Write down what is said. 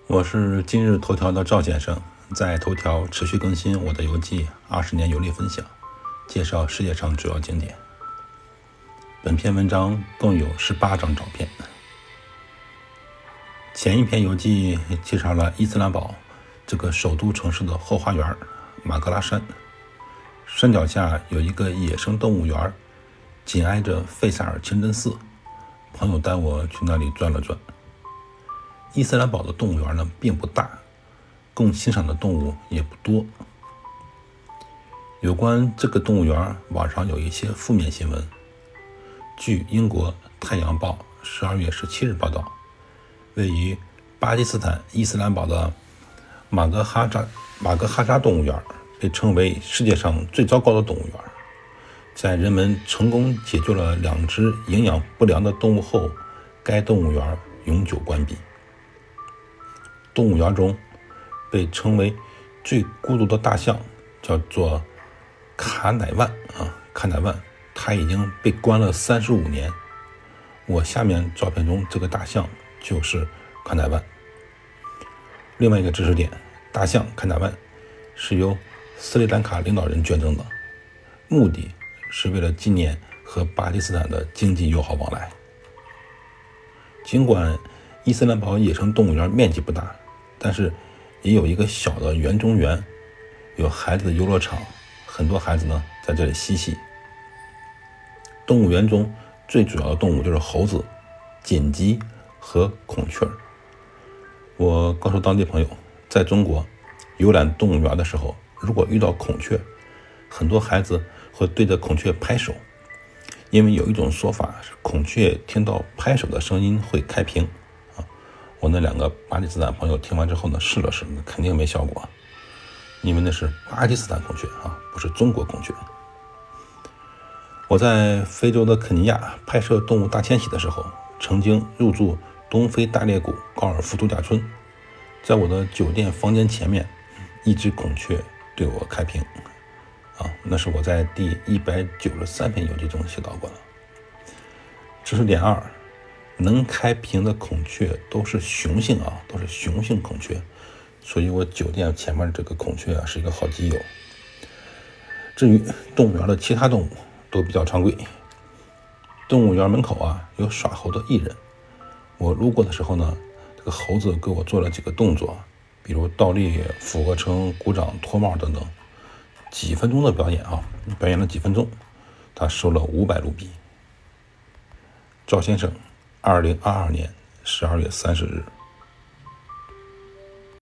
我是今日头条的赵先生，在头条持续更新我的游记20年游历分享，介绍世界上主要景点。本篇文章共有18张照片。前一篇游记介绍了伊斯兰堡这个首都城市的后花园马格拉山，山脚下有一个野生动物园，紧挨着费萨尔清真寺，朋友带我去那里转了转。伊斯兰堡的动物园呢并不大，供欣赏的动物也不多。有关这个动物园，网上有一些负面新闻。据英国《太阳报》12月17日报道，位于巴基斯坦伊斯兰堡的马格哈扎动物园被称为世界上最糟糕的动物园。在人们成功解救了2只营养不良的动物后，该动物园永久关闭。动物园中被称为最孤独的大象叫做卡乃万，它已经被关了35年。我下面照片中这个大象就是卡乃万。另外一个知识点，大象卡乃万是由斯里兰卡领导人捐赠的，目的是为了纪念和巴基斯坦的经济友好往来。尽管伊斯兰堡野生动物园面积不大，但是也有一个小的园中园，有孩子的游乐场，很多孩子呢在这里嬉戏。动物园中最主要的动物就是猴子、锦鸡和孔雀。我告诉当地朋友，在中国游览动物园的时候，如果遇到孔雀，很多孩子会对着孔雀拍手，因为有一种说法是孔雀听到拍手的声音会开屏。我那2个巴基斯坦朋友听完之后呢，试了试，肯定没效果，因为那是巴基斯坦孔雀不是中国孔雀。我在非洲的肯尼亚拍摄动物大迁徙的时候，曾经入住东非大裂谷高尔夫度假村，在我的酒店房间前面，一只孔雀对我开屏那是我在第193篇游记中写到过的。知识点2，能开屏的孔雀都是雄性都是雄性孔雀，所以我酒店前面这个孔雀是一个好基友。至于动物园的其他动物都比较常规。动物园门口有耍猴的艺人，我路过的时候呢，这个猴子给我做了几个动作，比如倒立、俯卧撑、鼓掌、脱帽等等，几分钟的表演表演了几分钟，他收了500卢比。赵先生，2022年12月30日。